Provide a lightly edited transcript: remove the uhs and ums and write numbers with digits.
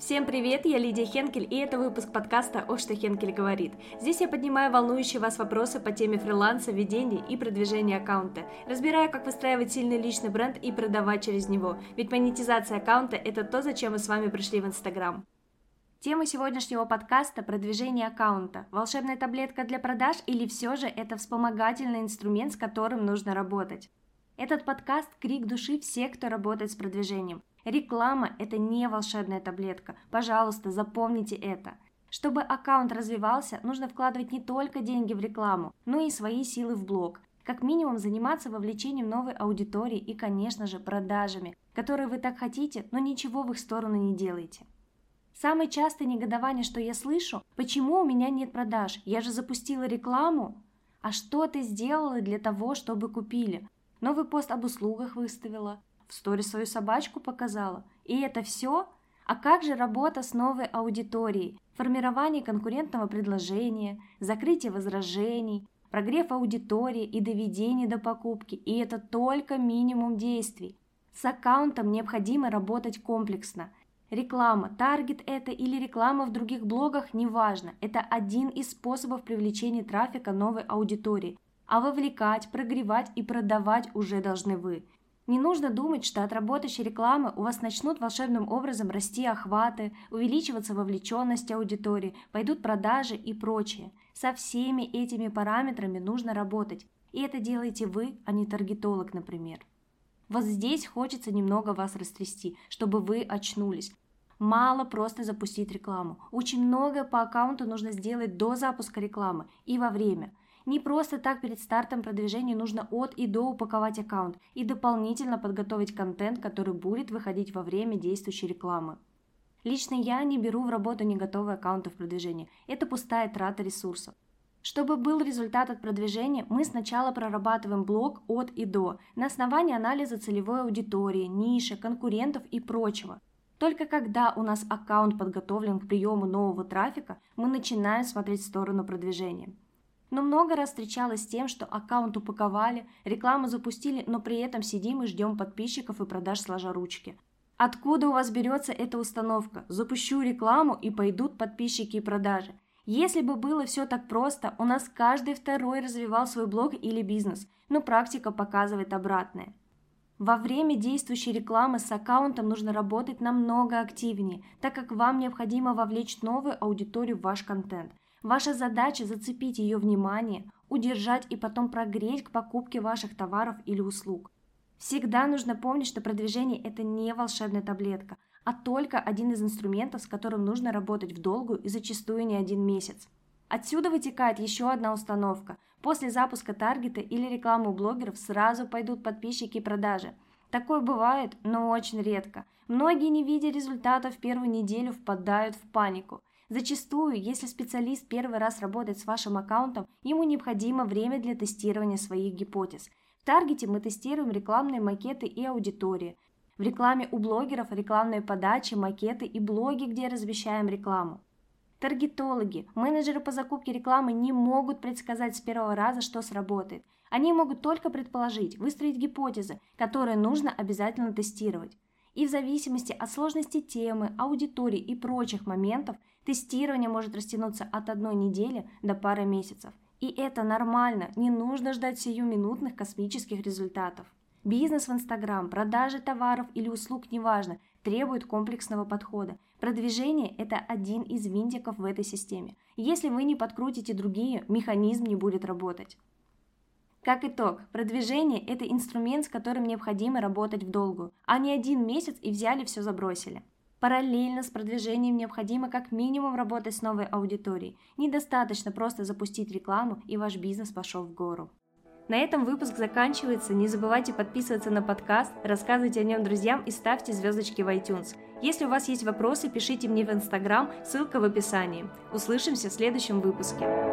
Всем привет, я Лидия Хенкель, и это выпуск подкаста «О, что Хенкель говорит». Здесь я поднимаю волнующие вас вопросы по теме фриланса, ведения и продвижения аккаунта. Разбираю, как выстраивать сильный личный бренд и продавать через него, ведь монетизация аккаунта – это то, зачем мы с вами пришли в Инстаграм. Тема сегодняшнего подкаста – продвижение аккаунта. Волшебная таблетка для продаж или все же это вспомогательный инструмент, с которым нужно работать? Этот подкаст – крик души всех, кто работает с продвижением. Реклама – это не волшебная таблетка. Пожалуйста, запомните это. Чтобы аккаунт развивался, нужно вкладывать не только деньги в рекламу, но и свои силы в блог. Как минимум заниматься вовлечением новой аудитории и, конечно же, продажами, которые вы так хотите, но ничего в их сторону не делаете. Самое частое негодование, что я слышу: почему у меня нет продаж? Я же запустила рекламу. А что ты сделала для того, чтобы купили? Новый пост об услугах выставила, в сторис свою собачку показала. И это все? А как же работа с новой аудиторией? Формирование конкурентного предложения, закрытие возражений, прогрев аудитории и доведение до покупки. И это только минимум действий. С аккаунтом необходимо работать комплексно. Реклама, таргет это или реклама в других блогах, неважно. Это один из способов привлечения трафика новой аудитории. А вовлекать, прогревать и продавать уже должны вы. Не нужно думать, что от работающей рекламы у вас начнут волшебным образом расти охваты, увеличиваться вовлеченность аудитории, пойдут продажи и прочее. Со всеми этими параметрами нужно работать. И это делаете вы, а не таргетолог, например. Вот здесь хочется немного вас растрясти, чтобы вы очнулись. Мало просто запустить рекламу. Очень многое по аккаунту нужно сделать до запуска рекламы и во время. Не просто так перед стартом продвижения нужно от и до упаковать аккаунт и дополнительно подготовить контент, который будет выходить во время действующей рекламы. Лично я не беру в работу не готовые аккаунты в продвижении. Это пустая трата ресурсов. Чтобы был результат от продвижения, мы сначала прорабатываем блог от и до на основании анализа целевой аудитории, ниши, конкурентов и прочего. Только когда у нас аккаунт подготовлен к приему нового трафика, мы начинаем смотреть в сторону продвижения. Но много раз встречалось с тем, что аккаунт упаковали, рекламу запустили, но при этом сидим и ждем подписчиков и продаж сложа ручки. Откуда у вас берется эта установка? Запущу рекламу и пойдут подписчики и продажи. Если бы было все так просто, у нас каждый второй развивал свой блог или бизнес, но практика показывает обратное. Во время действующей рекламы с аккаунтом нужно работать намного активнее, так как вам необходимо вовлечь новую аудиторию в ваш контент. Ваша задача – зацепить ее внимание, удержать и потом прогреть к покупке ваших товаров или услуг. Всегда нужно помнить, что продвижение – это не волшебная таблетка, а только один из инструментов, с которым нужно работать в долгую и зачастую не один месяц. Отсюда вытекает еще одна установка. После запуска таргета или рекламы у блогеров сразу пойдут подписчики и продажи. Такое бывает, но очень редко. Многие, не видя результатов в первую неделю, впадают в панику. Зачастую, если специалист первый раз работает с вашим аккаунтом, ему необходимо время для тестирования своих гипотез. В таргете мы тестируем рекламные макеты и аудитории. В рекламе у блогеров рекламные подачи, макеты и блоги, где размещаем рекламу. Таргетологи, менеджеры по закупке рекламы не могут предсказать с первого раза, что сработает. Они могут только предположить, выстроить гипотезы, которые нужно обязательно тестировать. И в зависимости от сложности темы, аудитории и прочих моментов, тестирование может растянуться от 1 недели до пары месяцев. И это нормально, не нужно ждать сиюминутных космических результатов. Бизнес в Инстаграм, продажи товаров или услуг, неважно, требует комплексного подхода. Продвижение – это один из винтиков в этой системе. Если вы не подкрутите другие, механизм не будет работать. Как итог, продвижение – это инструмент, с которым необходимо работать в долгую, а не 1 месяц и взяли все забросили. Параллельно с продвижением необходимо как минимум работать с новой аудиторией. Недостаточно просто запустить рекламу, и ваш бизнес пошел в гору. На этом выпуск заканчивается. Не забывайте подписываться на подкаст, рассказывайте о нем друзьям и ставьте звездочки в iTunes. Если у вас есть вопросы, пишите мне в Instagram, ссылка в описании. Услышимся в следующем выпуске.